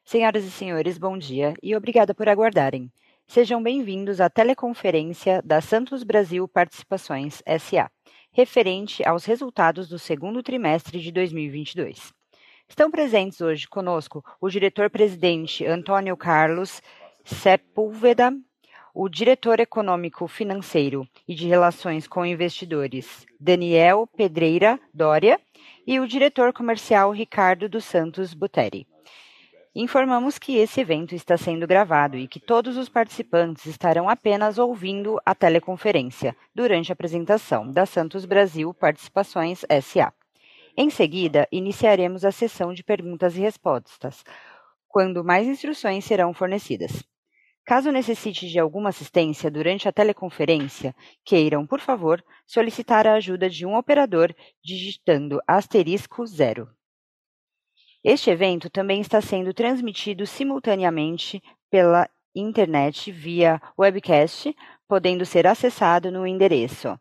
Senhoras e senhores, bom dia e obrigada por aguardarem. Sejam bem-vindos à teleconferência da Santos Brasil Participações S.A., referente aos resultados do segundo trimestre de 2022. Estão presentes hoje conosco o diretor-presidente Antônio Carlos Sepúlveda, o diretor econômico financeiro e de relações com investidores Daniel Pedreira Doria e o diretor comercial Ricardo dos Santos Buteri. Informamos que esse evento está sendo gravado e que todos os participantes estarão apenas ouvindo a teleconferência durante a apresentação da Santos Brasil Participações S.A. Em seguida, iniciaremos a sessão de perguntas e respostas, quando mais instruções serão fornecidas. Caso necessite de alguma assistência durante a teleconferência, queiram, por favor, solicitar a ajuda de um operador digitando *0. Este evento também está sendo transmitido simultaneamente pela internet via webcast, podendo ser acessado no endereço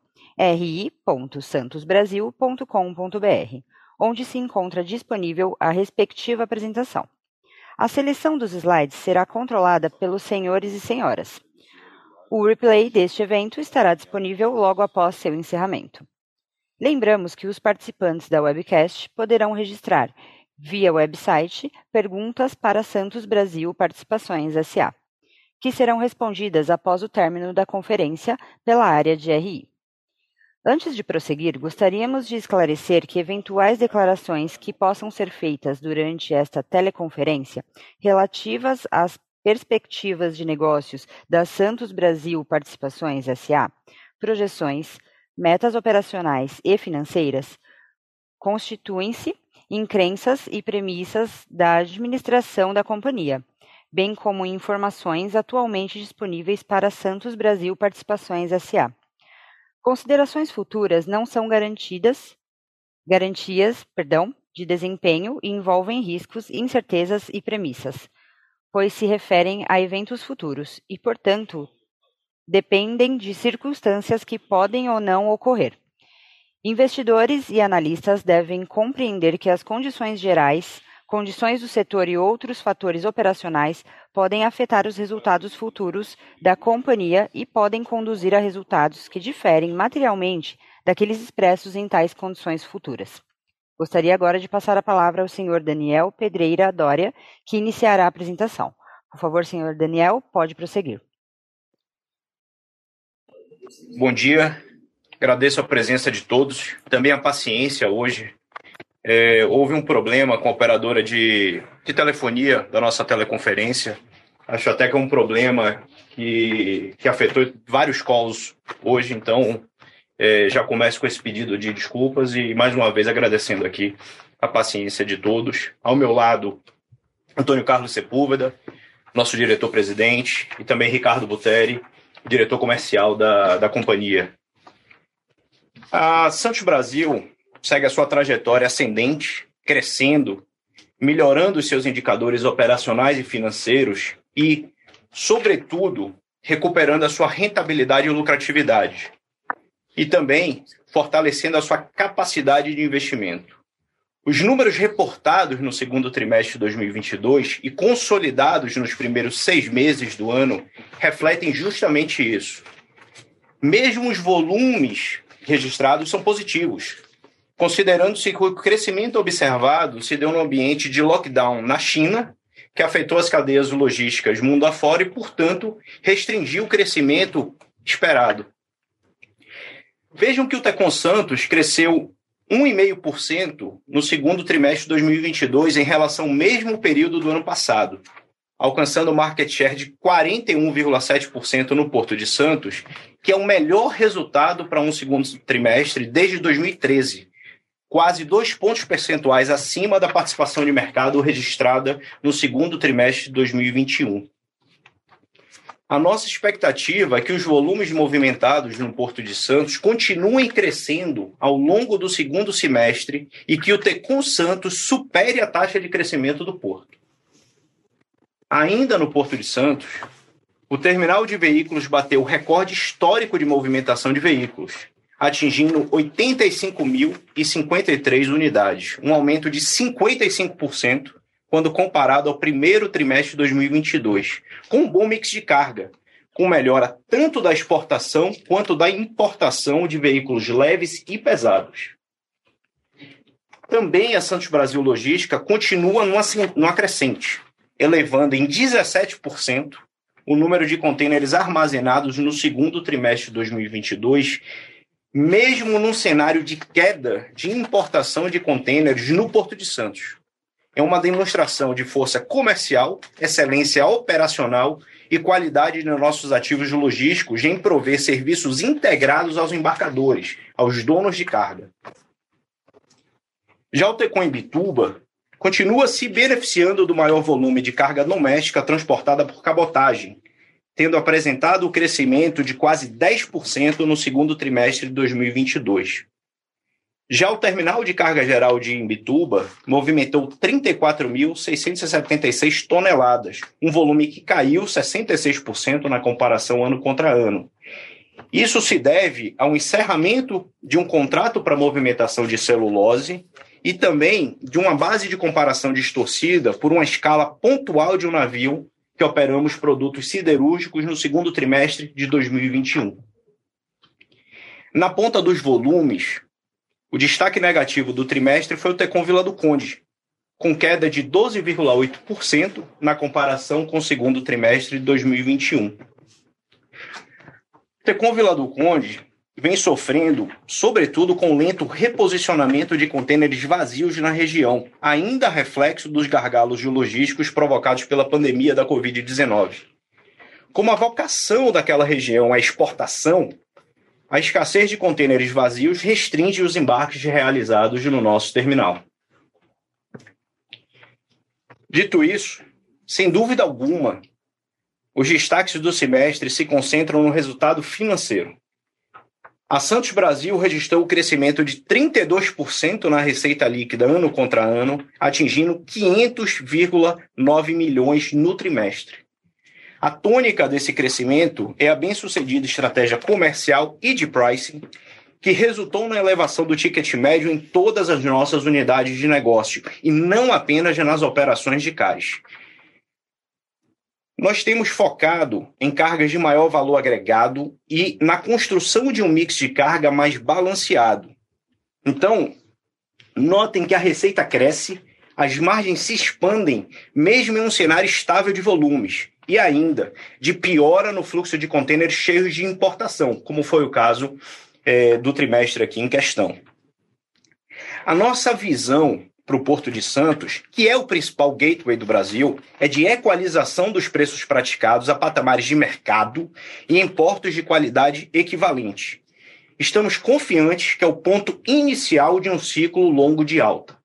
ri.santosbrasil.com.br, onde se encontra disponível a respectiva apresentação. A seleção dos slides será controlada pelos senhores e senhoras. O replay deste evento estará disponível logo após seu encerramento. Lembramos que os participantes da webcast poderão registrar, via website, perguntas para Santos Brasil Participações S.A., que serão respondidas após o término da conferência pela área de RI. Antes de prosseguir, gostaríamos de esclarecer que eventuais declarações que possam ser feitas durante esta teleconferência relativas às perspectivas de negócios da Santos Brasil Participações S.A., projeções, metas operacionais e financeiras, constituem-se em crenças e premissas da administração da companhia, bem como informações atualmente disponíveis para Santos Brasil Participações S.A. Considerações futuras não são garantias de desempenho e envolvem riscos, incertezas e premissas, pois se referem a eventos futuros e, portanto, dependem de circunstâncias que podem ou não ocorrer. Investidores e analistas devem compreender que as condições gerais, condições do setor e outros fatores operacionais podem afetar os resultados futuros da companhia e podem conduzir a resultados que diferem materialmente daqueles expressos em tais condições futuras. Gostaria agora de passar a palavra ao senhor Daniel Pedreira Doria, que iniciará a apresentação. Por favor, senhor Daniel, pode prosseguir. Bom dia, agradeço a presença de todos, também a paciência hoje. Houve um problema com a operadora de telefonia da nossa teleconferência. Acho até que é um problema que afetou vários calls hoje, então já começo com esse pedido de desculpas e mais uma vez agradecendo aqui a paciência de todos. Ao meu lado, Antônio Carlos Sepúlveda, nosso diretor-presidente, e também Ricardo Buteri, diretor comercial da companhia. A Santos Brasil segue a sua trajetória ascendente, crescendo, melhorando os seus indicadores operacionais e financeiros e, sobretudo, recuperando a sua rentabilidade e lucratividade. E também fortalecendo a sua capacidade de investimento. Os números reportados no segundo trimestre de 2022 e consolidados nos primeiros 6 meses do ano refletem justamente isso. Mesmo os volumes registrados são positivos, considerando-se que o crescimento observado se deu no ambiente de lockdown na China, que afetou as cadeias logísticas mundo afora e, portanto, restringiu o crescimento esperado. Vejam que o Tecon Santos cresceu 1,5% no segundo trimestre de 2022 em relação ao mesmo período do ano passado, alcançando o market share de 41,7% no Porto de Santos, que é o melhor resultado para um segundo trimestre desde 2013, quase 2 pontos percentuais acima da participação de mercado registrada no segundo trimestre de 2021. A nossa expectativa é que os volumes movimentados no Porto de Santos continuem crescendo ao longo do segundo semestre e que o Tecon Santos supere a taxa de crescimento do Porto. Ainda no Porto de Santos, o terminal de veículos bateu o recorde histórico de movimentação de veículos, atingindo 85.053 unidades, um aumento de 55% quando comparado ao primeiro trimestre de 2022, com um bom mix de carga, com melhora tanto da exportação quanto da importação de veículos leves e pesados. Também a Santos Brasil Logística continua numa crescente, elevando em 17% o número de contêineres armazenados no segundo trimestre de 2022, mesmo num cenário de queda de importação de contêineres no Porto de Santos. É uma demonstração de força comercial, excelência operacional e qualidade nos nossos ativos logísticos em prover serviços integrados aos embarcadores, aos donos de carga. Já o Tecon Imbituba continua se beneficiando do maior volume de carga doméstica transportada por cabotagem, tendo apresentado o crescimento de quase 10% no segundo trimestre de 2022. Já o terminal de carga geral de Imbituba movimentou 34.676 toneladas, um volume que caiu 66% na comparação ano contra ano. Isso se deve ao encerramento de um contrato para movimentação de celulose e também de uma base de comparação distorcida por uma escala pontual de um navio que operamos produtos siderúrgicos no segundo trimestre de 2021. Na ponta dos volumes, o destaque negativo do trimestre foi o Tecon Vila do Conde, com queda de 12,8% na comparação com o segundo trimestre de 2021. O Tecon Vila do Conde vem sofrendo, sobretudo, com o lento reposicionamento de contêineres vazios na região, ainda reflexo dos gargalos logísticos provocados pela pandemia da Covid-19. Como a vocação daquela região é a exportação, a escassez de contêineres vazios restringe os embarques realizados no nosso terminal. Dito isso, sem dúvida alguma, os destaques do semestre se concentram no resultado financeiro. A Santos Brasil registrou o crescimento de 32% na receita líquida ano contra ano, atingindo 500,9 milhões no trimestre. A tônica desse crescimento é a bem-sucedida estratégia comercial e de pricing, que resultou na elevação do ticket médio em todas as nossas unidades de negócio, e não apenas nas operações de CARES. Nós temos focado em cargas de maior valor agregado e na construção de um mix de carga mais balanceado. Então, notem que a receita cresce, as margens se expandem, mesmo em um cenário estável de volumes, e ainda de piora no fluxo de contêineres cheios de importação, como foi o caso do trimestre aqui em questão. A nossa visão para o Porto de Santos, que é o principal gateway do Brasil, é de equalização dos preços praticados a patamares de mercado e em portos de qualidade equivalente. Estamos confiantes que é o ponto inicial de um ciclo longo de alta.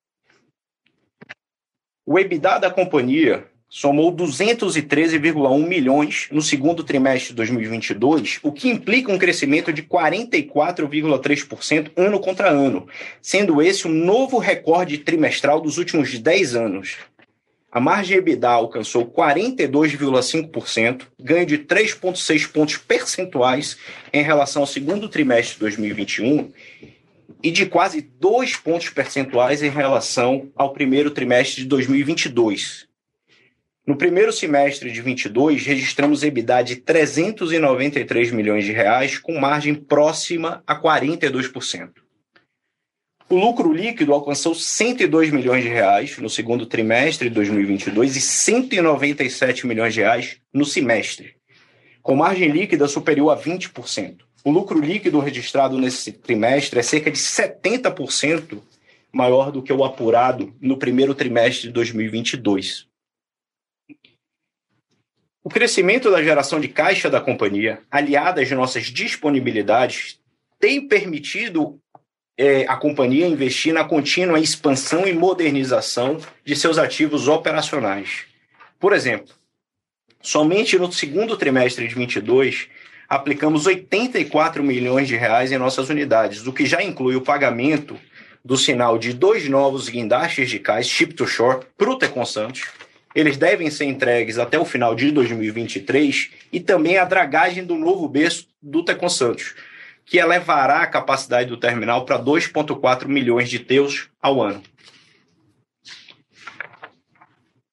O EBITDA da companhia somou 213,1 milhões no segundo trimestre de 2022, o que implica um crescimento de 44,3% ano contra ano, sendo esse um novo recorde trimestral dos últimos 10 anos. A margem EBITDA alcançou 42,5%, ganho de 3,6 pontos percentuais em relação ao segundo trimestre de 2021 e de quase 2 pontos percentuais em relação ao primeiro trimestre de 2022. No primeiro semestre de 2022, registramos EBITDA de 393 milhões de reais, com margem próxima a 42%. O lucro líquido alcançou 102 milhões de reais no segundo trimestre de 2022 e 197 milhões de reais no semestre, com margem líquida superior a 20%. O lucro líquido registrado nesse trimestre é cerca de 70% maior do que o apurado no primeiro trimestre de 2022. O crescimento da geração de caixa da companhia, aliada às nossas disponibilidades, tem permitido a companhia investir na contínua expansão e modernização de seus ativos operacionais. Por exemplo, somente no segundo trimestre de 2022, aplicamos 84 milhões de reais em nossas unidades, o que já inclui o pagamento do sinal de 2 novos guindastes de cais Ship to Shore para o Tecon Santos. Eles devem ser entregues até o final de 2023 e também a dragagem do novo berço do Tecon Santos, que elevará a capacidade do terminal para 2,4 milhões de TEUs ao ano.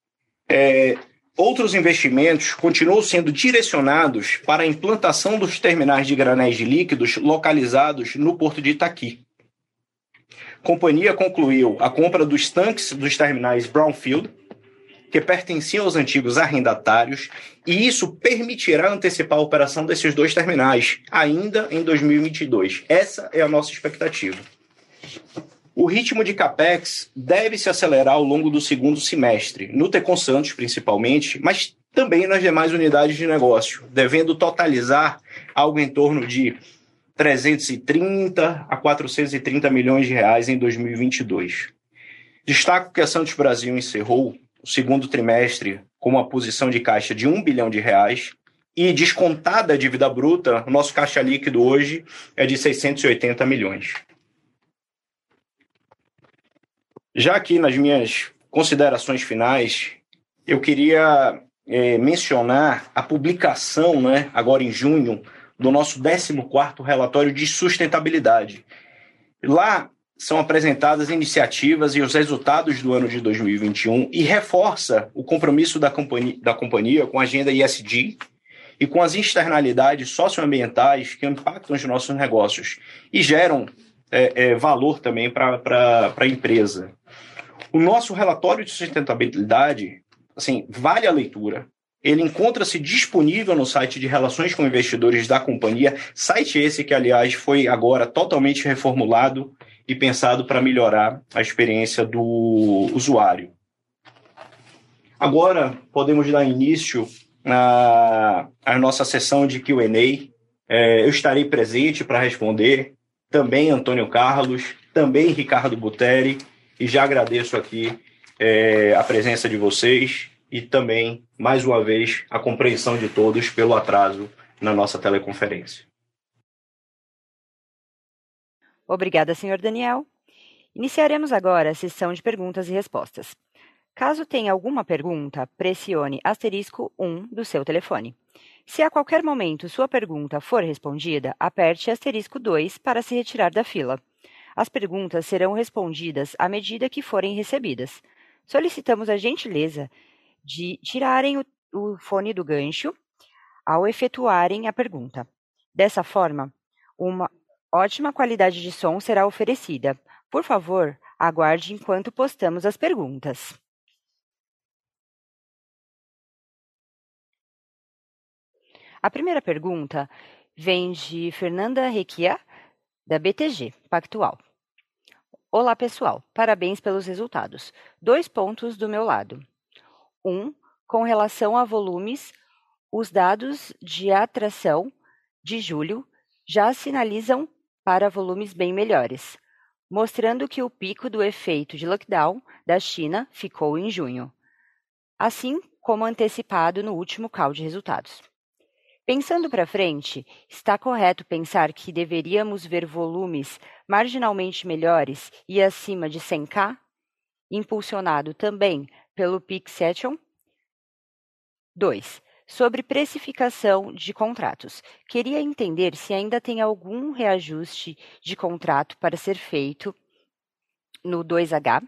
Outros investimentos continuam sendo direcionados para a implantação dos terminais de granéis de líquidos localizados no Porto de Itaqui. A companhia concluiu a compra dos tanques dos terminais Brownfield, que pertenciam aos antigos arrendatários, e isso permitirá antecipar a operação desses 2 terminais, ainda em 2022. Essa é a nossa expectativa. O ritmo de CAPEX deve se acelerar ao longo do segundo semestre, no Tecon Santos principalmente, mas também nas demais unidades de negócio, devendo totalizar algo em torno de 330 a 430 milhões de reais em 2022. Destaco que a Santos Brasil encerrou o segundo trimestre com uma posição de caixa de R$1 bilhão e, descontada a dívida bruta, o nosso caixa líquido hoje é de 680 milhões. Já aqui nas minhas considerações finais, eu queria mencionar a publicação, agora em junho, do nosso 14º relatório de sustentabilidade. Lá são apresentadas iniciativas e os resultados do ano de 2021 e reforça o compromisso da companhia com a agenda ESG e com as externalidades socioambientais que impactam os nossos negócios e geram valor também para a empresa. O nosso relatório de sustentabilidade, vale a leitura. Ele encontra-se disponível no site de Relações com Investidores da companhia, site esse que, aliás, foi agora totalmente reformulado e pensado para melhorar a experiência do usuário. Agora, podemos dar início à nossa sessão de Q&A. Eu estarei presente para responder, também Antônio Carlos, também Ricardo Buteri, e já agradeço aqui a presença de vocês e também, mais uma vez, a compreensão de todos pelo atraso na nossa teleconferência. Obrigada, senhor Daniel. Iniciaremos agora a sessão de perguntas e respostas. Caso tenha alguma pergunta, pressione *1 do seu telefone. Se a qualquer momento sua pergunta for respondida, aperte *2 para se retirar da fila. As perguntas serão respondidas à medida que forem recebidas. Solicitamos a gentileza de tirarem o fone do gancho ao efetuarem a pergunta. Dessa forma, uma ótima qualidade de som será oferecida. Por favor, aguarde enquanto postamos as perguntas. A primeira pergunta vem de Fernanda Requia, da BTG Pactual. Olá, pessoal. Parabéns pelos resultados. 2 pontos do meu lado. 1. Com relação a volumes, os dados de atração de julho já sinalizam para volumes bem melhores, mostrando que o pico do efeito de lockdown da China ficou em junho, assim como antecipado no último call de resultados. Pensando para frente, está correto pensar que deveríamos ver volumes marginalmente melhores e acima de 100K, impulsionado também pelo Peak Session? 2. Sobre precificação de contratos. Queria entender se ainda tem algum reajuste de contrato para ser feito no 2H.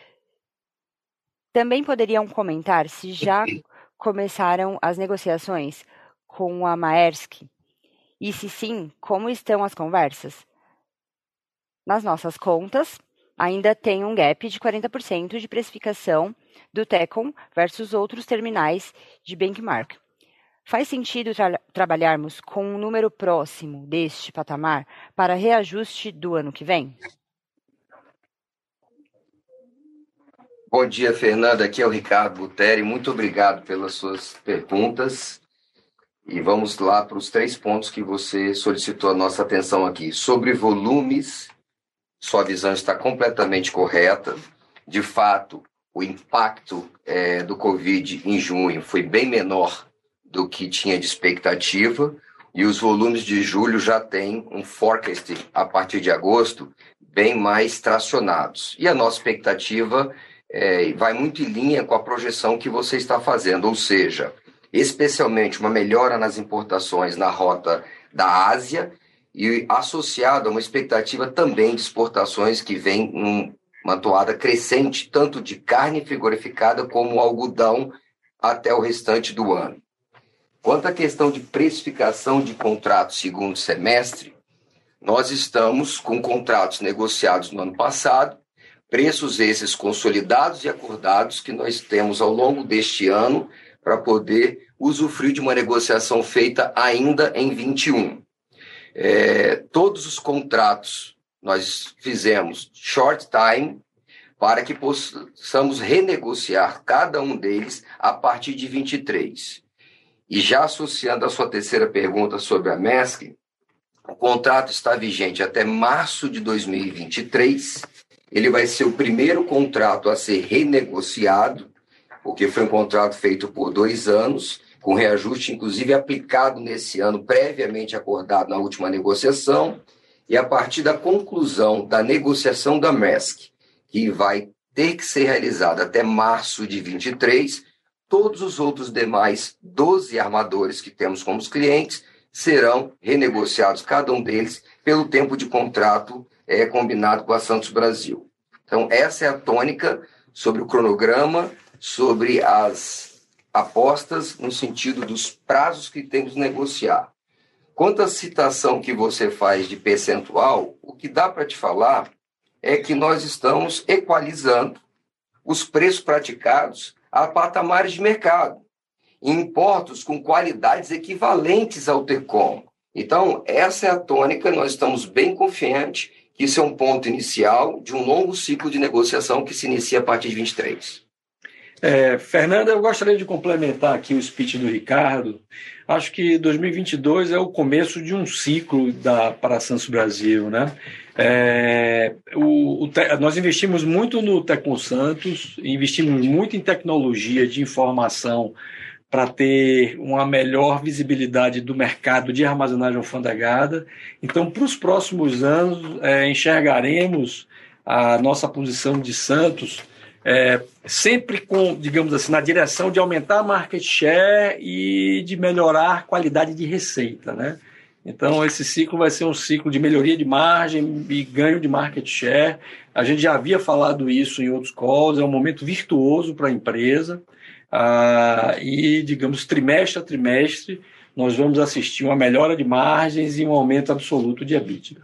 Também poderiam comentar se já começaram as negociações com a Maersk e, se sim, como estão as conversas? Nas nossas contas, ainda tem um gap de 40% de precificação do Tecon versus outros terminais de benchmark. Faz sentido trabalharmos com um número próximo deste patamar para reajuste do ano que vem? Bom dia, Fernanda. Aqui é o Ricardo Buteri. Muito obrigado pelas suas perguntas. E vamos lá para os 3 pontos que você solicitou a nossa atenção aqui. Sobre volumes, sua visão está completamente correta. De fato, o impacto do Covid em junho foi bem menor do que tinha de expectativa, e os volumes de julho já têm um forecast a partir de agosto bem mais tracionados. E a nossa expectativa vai muito em linha com a projeção que você está fazendo, ou seja, especialmente uma melhora nas importações na rota da Ásia e associado a uma expectativa também de exportações que vem uma toada crescente, tanto de carne frigorificada como algodão até o restante do ano. Quanto à questão de precificação de contratos segundo semestre, nós estamos com contratos negociados no ano passado, preços esses consolidados e acordados que nós temos ao longo deste ano para poder usufruir de uma negociação feita ainda em 21. Todos os contratos nós fizemos short time para que possamos renegociar cada um deles a partir de 23. E já associando a sua terceira pergunta sobre a MESC, o contrato está vigente até março de 2023. Ele vai ser o primeiro contrato a ser renegociado, porque foi um contrato feito por 2 anos, com reajuste, inclusive, aplicado nesse ano, previamente acordado na última negociação, e a partir da conclusão da negociação da MESC, que vai ter que ser realizada até março de 23, todos os outros demais 12 armadores que temos como clientes serão renegociados, cada um deles, pelo tempo de contrato combinado com a Santos Brasil. Então, essa é a tônica sobre o cronograma, sobre as apostas, no sentido dos prazos que temos de negociar. Quanto à citação que você faz de percentual, o que dá para te falar é que nós estamos equalizando os preços praticados a patamares de mercado, em portos com qualidades equivalentes ao TECOM. Então, essa é a tônica, nós estamos bem confiantes que isso é um ponto inicial de um longo ciclo de negociação que se inicia a partir de 23. Fernanda, eu gostaria de complementar aqui o speech do Ricardo. Acho que 2022 é o começo de um ciclo para a Santos Brasil, né? Nós investimos muito no Tecon Santos, investimos muito em tecnologia de informação para ter uma melhor visibilidade do mercado de armazenagem alfandegada. Então, para os próximos anos, enxergaremos a nossa posição de Santos sempre com, digamos assim, na direção de aumentar a market share e de melhorar a qualidade de receita, né? Então, esse ciclo vai ser um ciclo de melhoria de margem e ganho de market share. A gente já havia falado isso em outros calls, é um momento virtuoso para a empresa. E, digamos, trimestre a trimestre, nós vamos assistir uma melhora de margens e um aumento absoluto de EBITDA.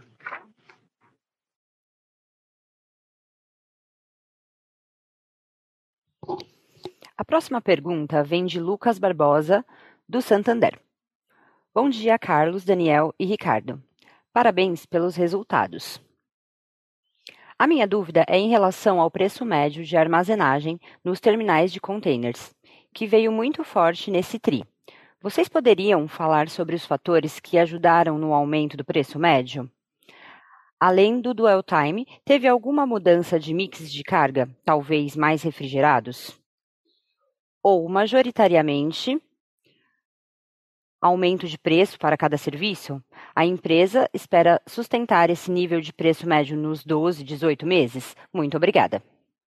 A próxima pergunta vem de Lucas Barbosa, do Santander. Bom dia, Carlos, Daniel e Ricardo. Parabéns pelos resultados. A minha dúvida é em relação ao preço médio de armazenagem nos terminais de containers, que veio muito forte nesse TRI. Vocês poderiam falar sobre os fatores que ajudaram no aumento do preço médio? Além do dwell time, teve alguma mudança de mix de carga, talvez mais refrigerados? Ou, majoritariamente, aumento de preço para cada serviço? A empresa espera sustentar esse nível de preço médio nos 12, 18 meses? Muito obrigada.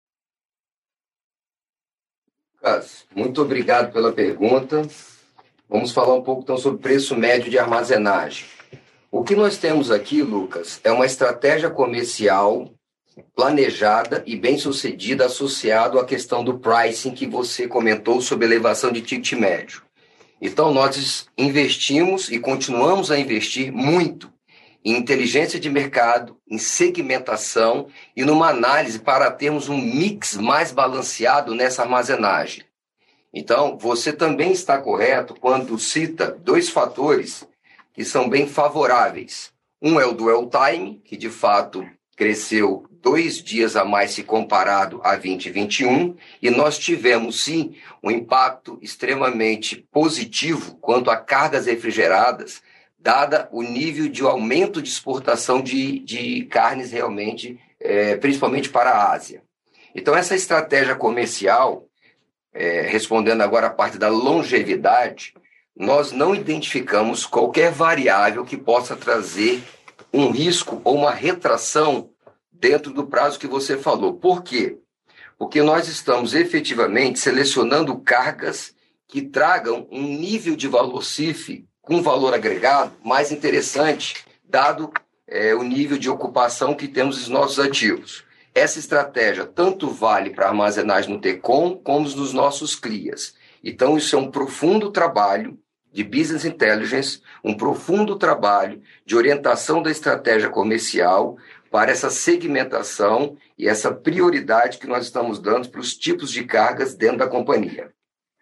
Lucas, muito obrigado pela pergunta. Vamos falar um pouco então sobre preço médio de armazenagem. O que nós temos aqui, Lucas, é uma estratégia comercial planejada e bem-sucedida associado à questão do pricing que você comentou sobre elevação de ticket médio. Então, nós investimos e continuamos a investir muito em inteligência de mercado, em segmentação e numa análise para termos um mix mais balanceado nessa armazenagem. Então, você também está correto quando cita 2 fatores que são bem favoráveis. Um é o dwell time, que de fato cresceu 2 dias a mais se comparado a 2021, e nós tivemos, sim, um impacto extremamente positivo quanto a cargas refrigeradas, dada o nível de aumento de exportação de carnes realmente, principalmente para a Ásia. Então, essa estratégia comercial, respondendo agora a parte da longevidade, nós não identificamos qualquer variável que possa trazer um risco ou uma retração dentro do prazo que você falou. Por quê? Porque nós estamos efetivamente selecionando cargas que tragam um nível de valor CIF com valor agregado mais interessante, dado o nível de ocupação que temos dos nossos ativos. Essa estratégia tanto vale para armazenagem no TECOM como nos nossos CLIAs. Então, isso é um profundo trabalho de business intelligence, um profundo trabalho de orientação da estratégia comercial para essa segmentação e essa prioridade que nós estamos dando para os tipos de cargas dentro da companhia.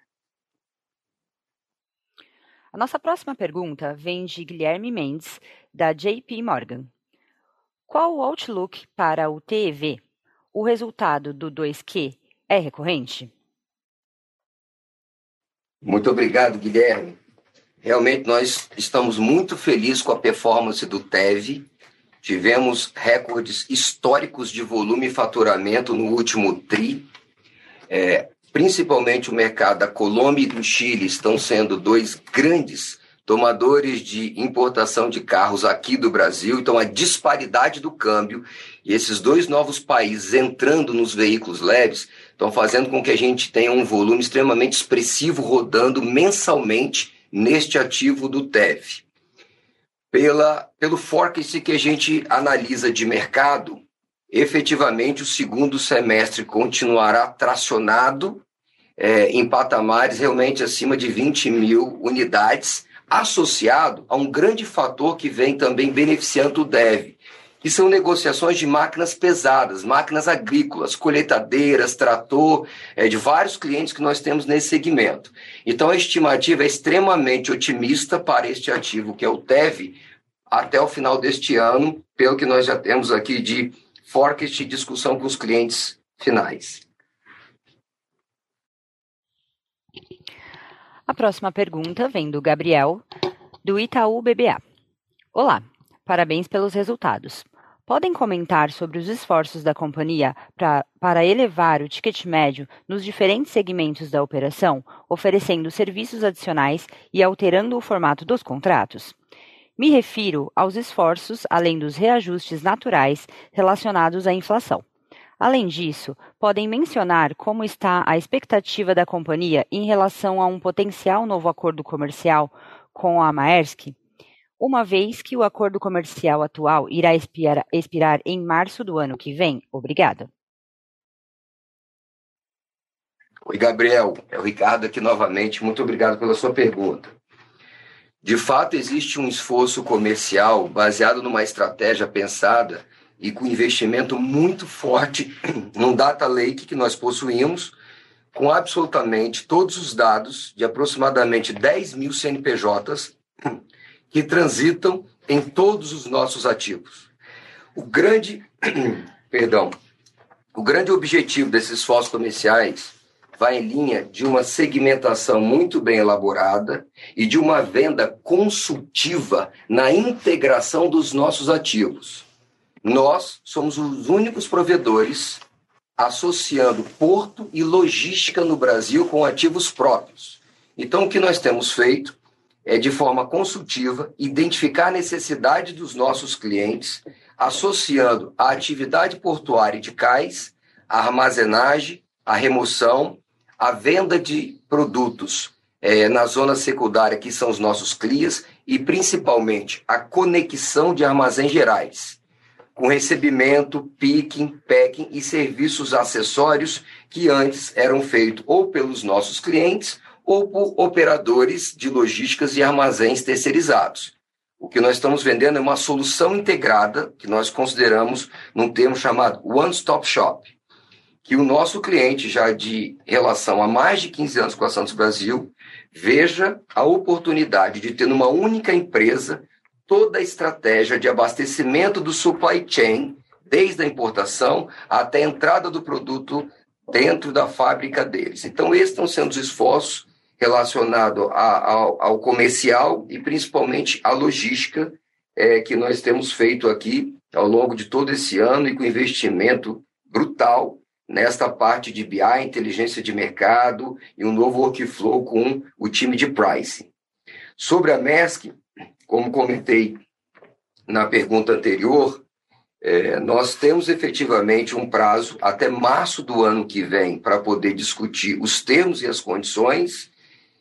A nossa próxima pergunta vem de Guilherme Mendes, da JP Morgan. Qual o outlook para o TEV? O resultado do 2Q é recorrente? Muito obrigado, Guilherme. Realmente nós estamos muito felizes com a performance do TEV. Tivemos recordes históricos de volume e faturamento no último TRI. Principalmente o mercado da Colômbia e do Chile estão sendo dois grandes tomadores de importação de carros aqui do Brasil. Então, a disparidade do câmbio e esses dois novos países entrando nos veículos leves estão fazendo com que a gente tenha um volume extremamente expressivo rodando mensalmente neste ativo do TEV. Pelo forecast que a gente analisa de mercado, efetivamente o segundo semestre continuará tracionado em patamares realmente acima de 20 mil unidades, associado a um grande fator que vem também beneficiando o DEV, que são negociações de máquinas pesadas, máquinas agrícolas, colheitadeiras, trator, de vários clientes que nós temos nesse segmento. Então, a estimativa é extremamente otimista para este ativo, que é o TEV, até o final deste ano, pelo que nós já temos aqui de forecast e discussão com os clientes finais. A próxima pergunta vem do Gabriel, do Itaú BBA. Olá, parabéns pelos resultados. Podem comentar sobre os esforços da companhia para elevar o ticket médio nos diferentes segmentos da operação, oferecendo serviços adicionais e alterando o formato dos contratos? Me refiro aos esforços além dos reajustes naturais relacionados à inflação. Além disso, podem mencionar como está a expectativa da companhia em relação a um potencial novo acordo comercial com a Maersk, uma vez que o acordo comercial atual irá expirar em março do ano que vem? Obrigada. Oi, Gabriel. É o Ricardo aqui novamente. Muito obrigado pela sua pergunta. De fato, existe um esforço comercial baseado numa estratégia pensada e com investimento muito forte num data lake que nós possuímos, com absolutamente todos os dados de aproximadamente 10 mil CNPJs que transitam em todos os nossos ativos. O grande objetivo desses esforços comerciais vai em linha de uma segmentação muito bem elaborada e de uma venda consultiva na integração dos nossos ativos. Nós somos os únicos provedores associando porto e logística no Brasil com ativos próprios. Então, o que nós temos feito é, de forma consultiva, identificar a necessidade dos nossos clientes, associando a atividade portuária de cais, a armazenagem, a remoção, a venda de produtos na zona secundária, que são os nossos CLIAs, e principalmente a conexão de armazéns gerais, com recebimento, picking, packing e serviços acessórios que antes eram feitos ou pelos nossos clientes ou por operadores de logísticas e armazéns terceirizados. O que nós estamos vendendo é uma solução integrada, que nós consideramos num termo chamado One Stop Shop, que o nosso cliente, já de relação há mais de 15 anos com a Santos Brasil, veja a oportunidade de ter numa única empresa toda a estratégia de abastecimento do supply chain, desde a importação até a entrada do produto dentro da fábrica deles. Então, esses estão sendo os esforços relacionados ao comercial e principalmente à logística que nós temos feito aqui ao longo de todo esse ano e com investimento brutal nesta parte de BI, inteligência de mercado e um novo workflow com o time de pricing. Sobre a Maersk, como comentei na pergunta anterior, nós temos efetivamente um prazo até março do ano que vem para poder discutir os termos e as condições,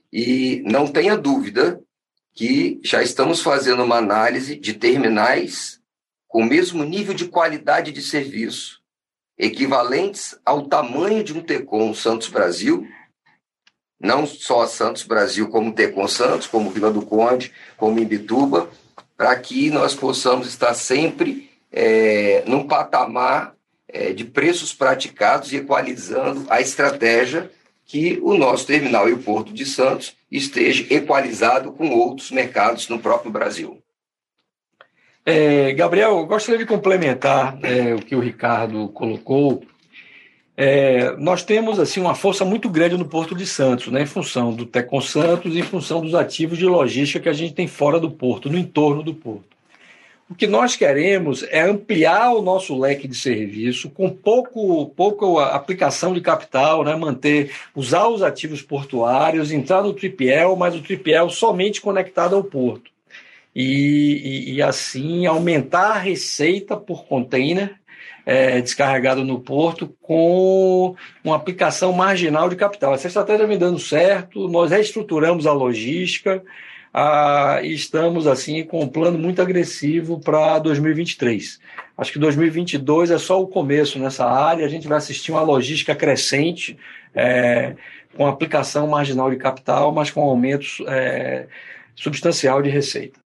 e não tenha dúvida que já estamos fazendo uma análise de terminais com o mesmo nível de qualidade de serviço, equivalentes ao tamanho de um Tecon Santos Brasil, não só a Santos Brasil, como Tecon Santos, como Vila do Conde, como Imbituba, para que nós possamos estar sempre num patamar de preços praticados e equalizando a estratégia que o nosso terminal e o Porto de Santos esteja equalizado com outros mercados no próprio Brasil. Gabriel, eu gostaria de complementar o que o Ricardo colocou. Nós temos assim, uma força muito grande no Porto de Santos, né, em função do Tecon Santos e em função dos ativos de logística que a gente tem fora do porto, no entorno do porto. O que nós queremos é ampliar o nosso leque de serviço com pouca aplicação de capital, né? Usar os ativos portuários, entrar no 3PL, mas o 3PL somente conectado ao porto. E assim aumentar a receita por container descarregado no porto com uma aplicação marginal de capital. Essa estratégia vem dando certo, nós reestruturamos a logística, e estamos assim com um plano muito agressivo para 2023. Acho que 2022 é só o começo nessa área, a gente vai assistir uma logística crescente, com aplicação marginal de capital, mas com aumento substancial de receita.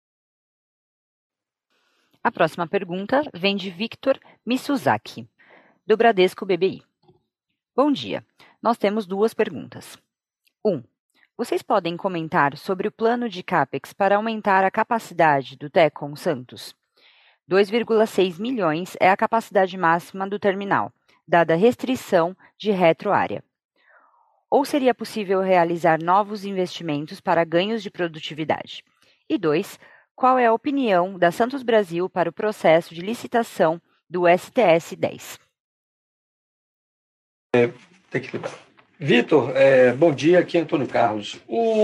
A próxima pergunta vem de Victor Misuzaki, do Bradesco BBI. Bom dia, nós temos 2 perguntas. 1. Vocês podem comentar sobre o plano de CAPEX para aumentar a capacidade do Tecon Santos? 2,6 milhões é a capacidade máxima do terminal, dada a restrição de retroárea. Ou seria possível realizar novos investimentos para ganhos de produtividade? E 2. Qual é a opinião da Santos Brasil para o processo de licitação do STS-10? Vitor, bom dia, aqui é Antônio Carlos.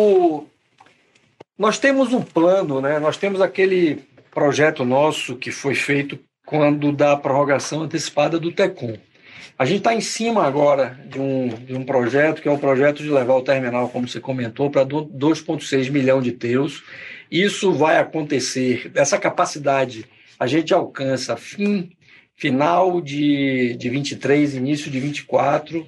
Nós temos um plano, né? Nós temos aquele projeto nosso que foi feito quando da prorrogação antecipada do Tecon. A gente está em cima agora de um projeto, que é o projeto de levar o terminal, como você comentou, para 2,6 milhões de TEUs. Isso vai acontecer, essa capacidade a gente alcança final de 23, início de 24.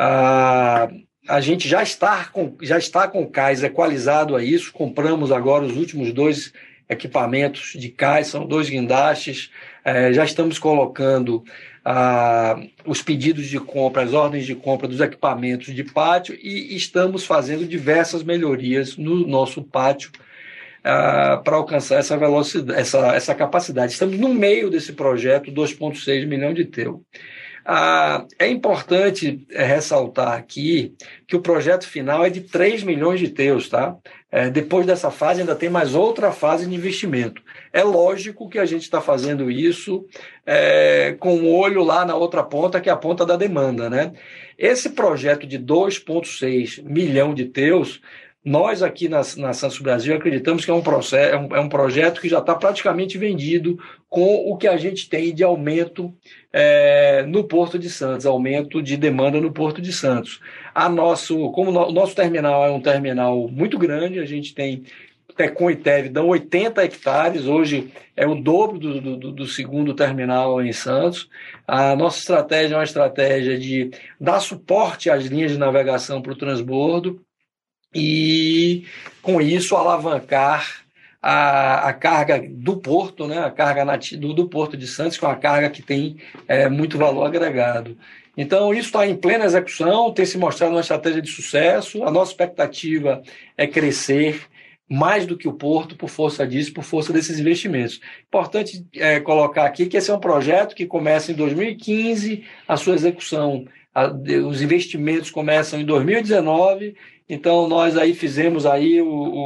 A gente já está com o cais equalizado a isso, compramos agora os últimos 2 equipamentos de cais, são 2 guindastes, já estamos colocando os pedidos de compra, as ordens de compra dos equipamentos de pátio e estamos fazendo diversas melhorias no nosso pátio para alcançar essa velocidade, essa capacidade. Estamos no meio desse projeto, 2,6 milhões de TEU. É importante ressaltar aqui que o projeto final é de 3 milhões de TEUs, tá? Depois dessa fase ainda tem mais outra fase de investimento. É lógico que a gente está fazendo isso com o olho lá na outra ponta, que é a ponta da demanda, né? Esse projeto de 2,6 milhão de TEUs, nós aqui na Santos Brasil acreditamos que é um projeto que já está praticamente vendido com o que a gente tem de aumento no Porto de Santos, aumento de demanda no Porto de Santos. Como o nosso terminal é um terminal muito grande, a gente tem Tecon e TEV dão 80 hectares, hoje é o dobro do segundo terminal em Santos. A nossa estratégia é uma estratégia de dar suporte às linhas de navegação para o transbordo, e com isso alavancar a carga do porto, né, a carga do Porto de Santos, que é uma carga que tem muito valor agregado. Então, isso está em plena execução, tem se mostrado uma estratégia de sucesso. A nossa expectativa é crescer mais do que o porto por força disso, por força desses investimentos. Importante colocar aqui que esse é um projeto que começa em 2015, a sua execução, os investimentos começam em 2019. Então, nós aí fizemos aí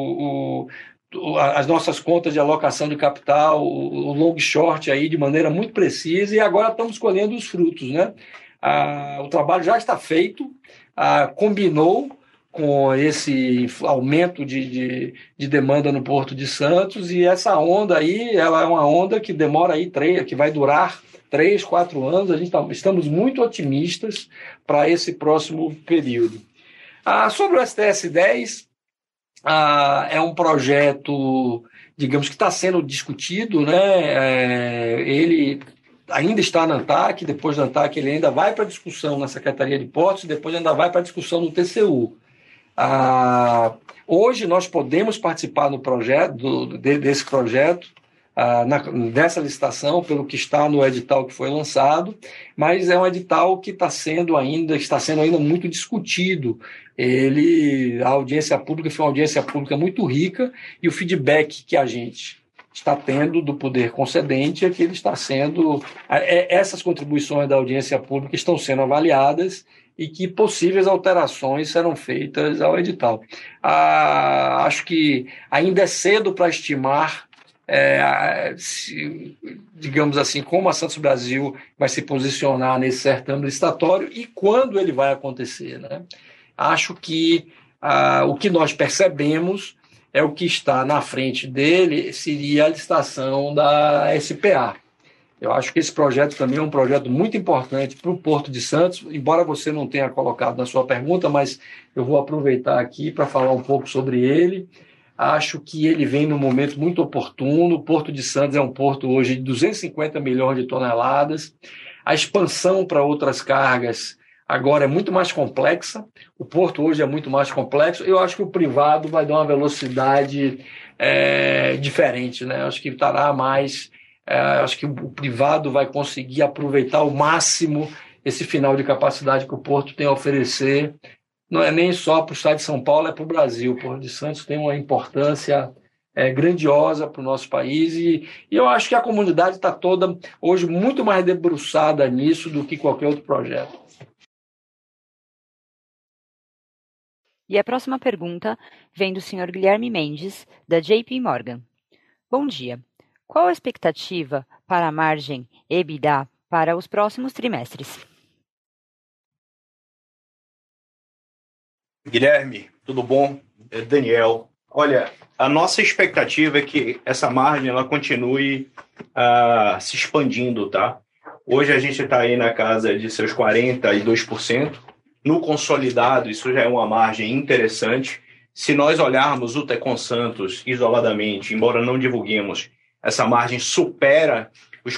as nossas contas de alocação de capital, o long short aí de maneira muito precisa, e agora estamos colhendo os frutos, né? O trabalho já está feito, combinou com esse aumento de demanda no Porto de Santos, e essa onda aí, ela é uma onda que demora aí que vai durar 3, 4 anos. Estamos muito otimistas para esse próximo período. Sobre o STS-10, é um projeto, digamos, que está sendo discutido, né? Ele ainda está na ANTAQ, depois da ANTAQ ele ainda vai para discussão na Secretaria de Portos, depois ainda vai para discussão no TCU. Hoje nós podemos participar desse projeto, dessa licitação, pelo que está no edital que foi lançado, mas é um edital que está sendo ainda muito discutido. A audiência pública foi uma audiência pública muito rica, e o feedback que a gente está tendo do poder concedente é que ele está sendo... essas contribuições da audiência pública estão sendo avaliadas e que possíveis alterações serão feitas ao edital. Acho que ainda é cedo para estimar, digamos assim, como a Santos Brasil vai se posicionar nesse certame licitatório e quando ele vai acontecer, né? Acho que o que nós percebemos é o que está na frente dele seria a licitação da SPA. Eu acho que esse projeto também é um projeto muito importante para o Porto de Santos, embora você não tenha colocado na sua pergunta, mas eu vou aproveitar aqui para falar um pouco sobre ele. Acho que ele vem num momento muito oportuno. O Porto de Santos é um porto hoje de 250 milhões de toneladas. A expansão para outras cargas agora é muito mais complexa. O porto hoje é muito mais complexo. Eu acho que o privado vai dar uma velocidade diferente, né? Acho que estará mais... acho que o privado vai conseguir aproveitar ao máximo esse final de capacidade que o Porto tem a oferecer. Não é nem só para o estado de São Paulo, é para o Brasil. O Porto de Santos tem uma importância grandiosa para o nosso país e eu acho que a comunidade está toda hoje muito mais debruçada nisso do que qualquer outro projeto. E a próxima pergunta vem do Sr. Guilherme Mendes, da JP Morgan. Bom dia. Qual a expectativa para a margem EBITDA para os próximos trimestres? Guilherme, tudo bom? Daniel. Olha, a nossa expectativa é que essa margem ela continue se expandindo, tá? Hoje a gente está aí na casa de seus 42%. No consolidado, isso já é uma margem interessante. Se nós olharmos o Tecon Santos isoladamente, embora não divulguemos, essa margem supera os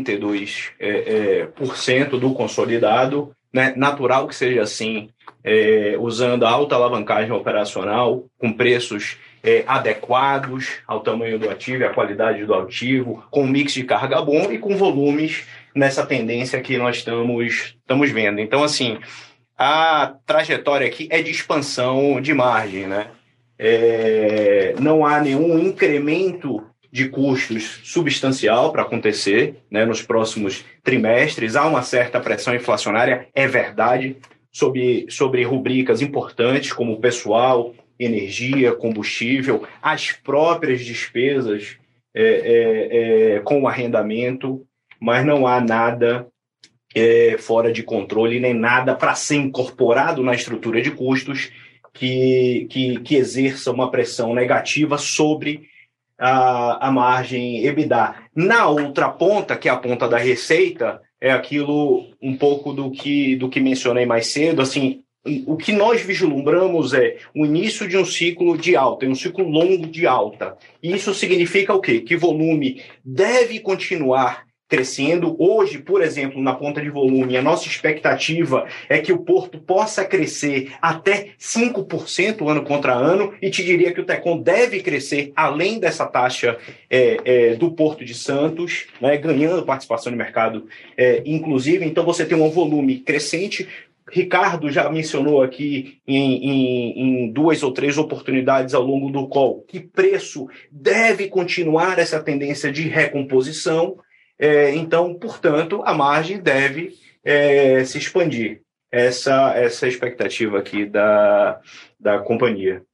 42% do consolidado, né? Natural que seja assim, usando a alta alavancagem operacional, com preços adequados ao tamanho do ativo e à qualidade do ativo, com um mix de carga bom e com volumes nessa tendência que nós estamos vendo. Então, assim, a trajetória aqui é de expansão de margem, né? Não há nenhum incremento de custos substancial para acontecer, né, nos próximos trimestres. Há uma certa pressão inflacionária, é verdade, sobre rubricas importantes como pessoal, energia, combustível, as próprias despesas com o arrendamento, mas não há nada fora de controle, nem nada para ser incorporado na estrutura de custos que exerça uma pressão negativa sobre a margem EBITDA. Na outra ponta, que é a ponta da receita, é aquilo um pouco do que mencionei mais cedo. Assim, o que nós vislumbramos é o início de um ciclo de alta, um ciclo longo de alta. Isso significa o quê? Que volume deve continuar crescendo. Hoje, por exemplo, na ponta de volume, a nossa expectativa é que o Porto possa crescer até 5% ano contra ano, e te diria que o Tecon deve crescer além dessa taxa do Porto de Santos, né, ganhando participação de mercado, inclusive. Então, você tem um volume crescente. Ricardo já mencionou aqui em 2 ou 3 oportunidades ao longo do call que preço deve continuar essa tendência de recomposição. Então, portanto, a margem deve se expandir. Essa é a expectativa aqui da companhia.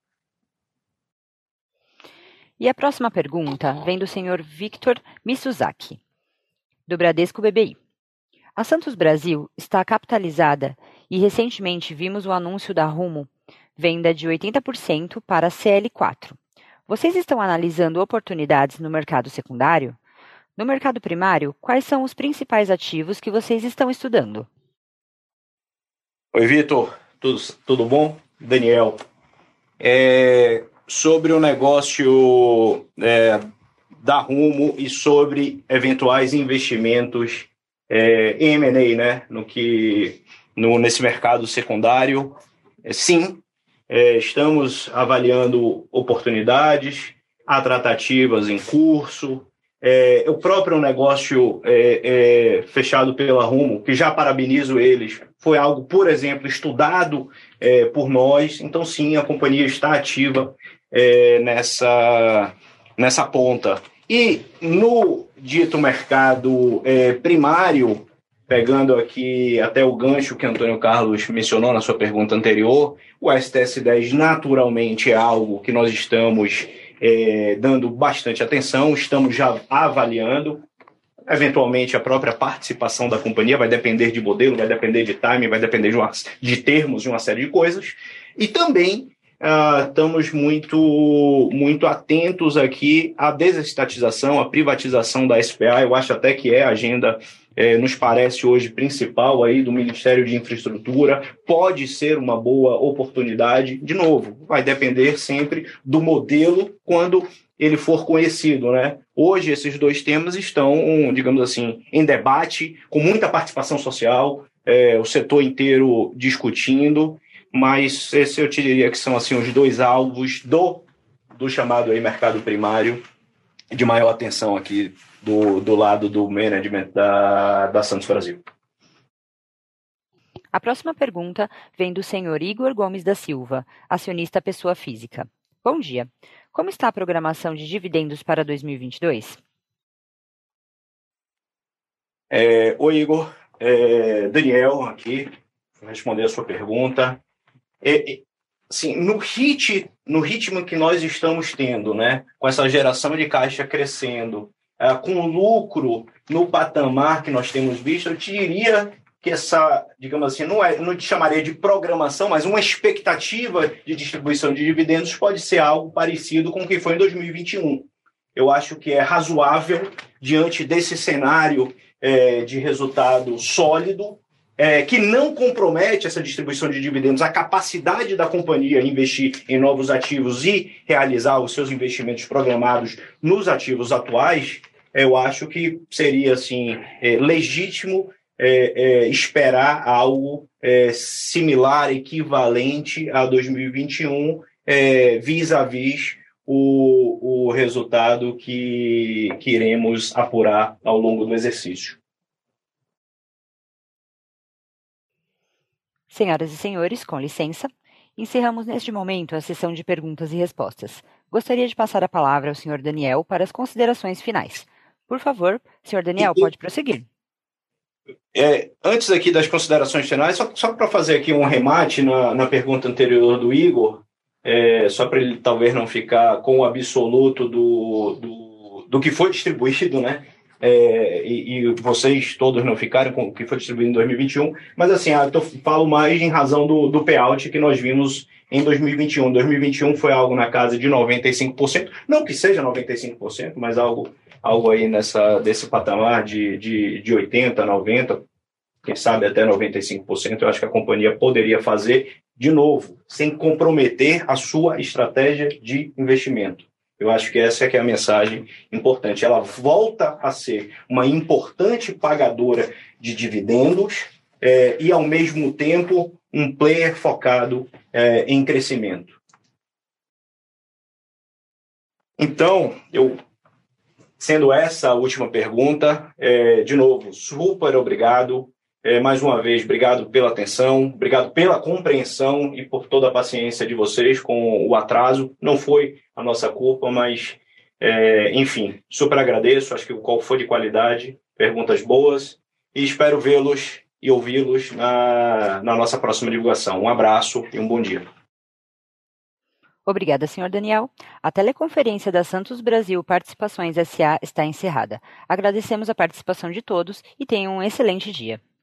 E a próxima pergunta vem do senhor Victor Mizusaki, do Bradesco BBI. A Santos Brasil está capitalizada e recentemente vimos o anúncio da Rumo, venda de 80% para a CL4. Vocês estão analisando oportunidades no mercado secundário? No mercado primário, quais são os principais ativos que vocês estão estudando? Oi, Vitor. Tudo bom? Daniel. Sobre o negócio da Rumo e sobre eventuais investimentos em M&A, né? Nesse mercado secundário, sim, Estamos avaliando oportunidades, há tratativas em curso. O próprio negócio fechado pela Rumo, que já parabenizo eles, foi algo, por exemplo, estudado por nós. Então, sim, a companhia está ativa nessa ponta. E no dito mercado primário, pegando aqui até o gancho que Antônio Carlos mencionou na sua pergunta anterior, o STS-10 naturalmente é algo que nós estamos dando bastante atenção, estamos já avaliando. Eventualmente, a própria participação da companhia vai depender de modelo, vai depender de timing, vai depender de termos, de uma série de coisas. E também estamos muito atentos aqui à desestatização, à privatização da SPA. Eu acho até que a agenda, nos parece hoje, principal aí do Ministério de Infraestrutura. Pode ser uma boa oportunidade. De novo, vai depender sempre do modelo quando ele for conhecido, né? Hoje, esses dois temas estão, digamos assim, em debate, com muita participação social, o setor inteiro discutindo, mas esse eu te diria que são assim, os dois alvos do chamado aí mercado primário, de maior atenção aqui do lado do management da Santos Brasil. A próxima pergunta vem do senhor Igor Gomes da Silva, acionista pessoa física. Bom dia. Como está a programação de dividendos para 2022? Oi, Igor. Daniel aqui, vou responder a sua pergunta. Assim, no ritmo que nós estamos tendo, né, com essa geração de caixa crescendo, com o lucro no patamar que nós temos visto, eu te diria que essa, digamos assim, não te chamaria de programação, mas uma expectativa de distribuição de dividendos pode ser algo parecido com o que foi em 2021. Eu acho que é razoável, diante desse cenário de resultado sólido, que não compromete essa distribuição de dividendos, a capacidade da companhia investir em novos ativos e realizar os seus investimentos programados nos ativos atuais. Eu acho que seria assim, legítimo esperar algo similar, equivalente a 2021, vis-à-vis o resultado que iremos apurar ao longo do exercício. Senhoras e senhores, com licença, encerramos neste momento a sessão de perguntas e respostas. Gostaria de passar a palavra ao senhor Daniel para as considerações finais. Por favor, senhor Daniel, pode prosseguir. Antes aqui das considerações finais, só para fazer aqui um remate na pergunta anterior do Igor, só para ele talvez não ficar com o absoluto do que foi distribuído, né? E vocês todos não ficaram com o que foi distribuído em 2021, mas assim, eu falo mais em razão do payout que nós vimos em 2021. 2021 foi algo na casa de 95%, não que seja 95%, mas algo aí desse patamar de 80%, 90%, quem sabe até 95%. Eu acho que a companhia poderia fazer de novo, sem comprometer a sua estratégia de investimento. Eu acho que essa é a mensagem importante. Ela volta a ser uma importante pagadora de dividendos e, ao mesmo tempo, um player focado em crescimento. Então, sendo essa a última pergunta, de novo, super obrigado. Mais uma vez, obrigado pela atenção, obrigado pela compreensão e por toda a paciência de vocês com o atraso. Não foi a nossa culpa, mas, enfim, super agradeço. Acho que o call foi de qualidade, perguntas boas, e espero vê-los e ouvi-los na nossa próxima divulgação. Um abraço e um bom dia. Obrigada, senhor Daniel. A teleconferência da Santos Brasil Participações S.A. está encerrada. Agradecemos a participação de todos e tenham um excelente dia.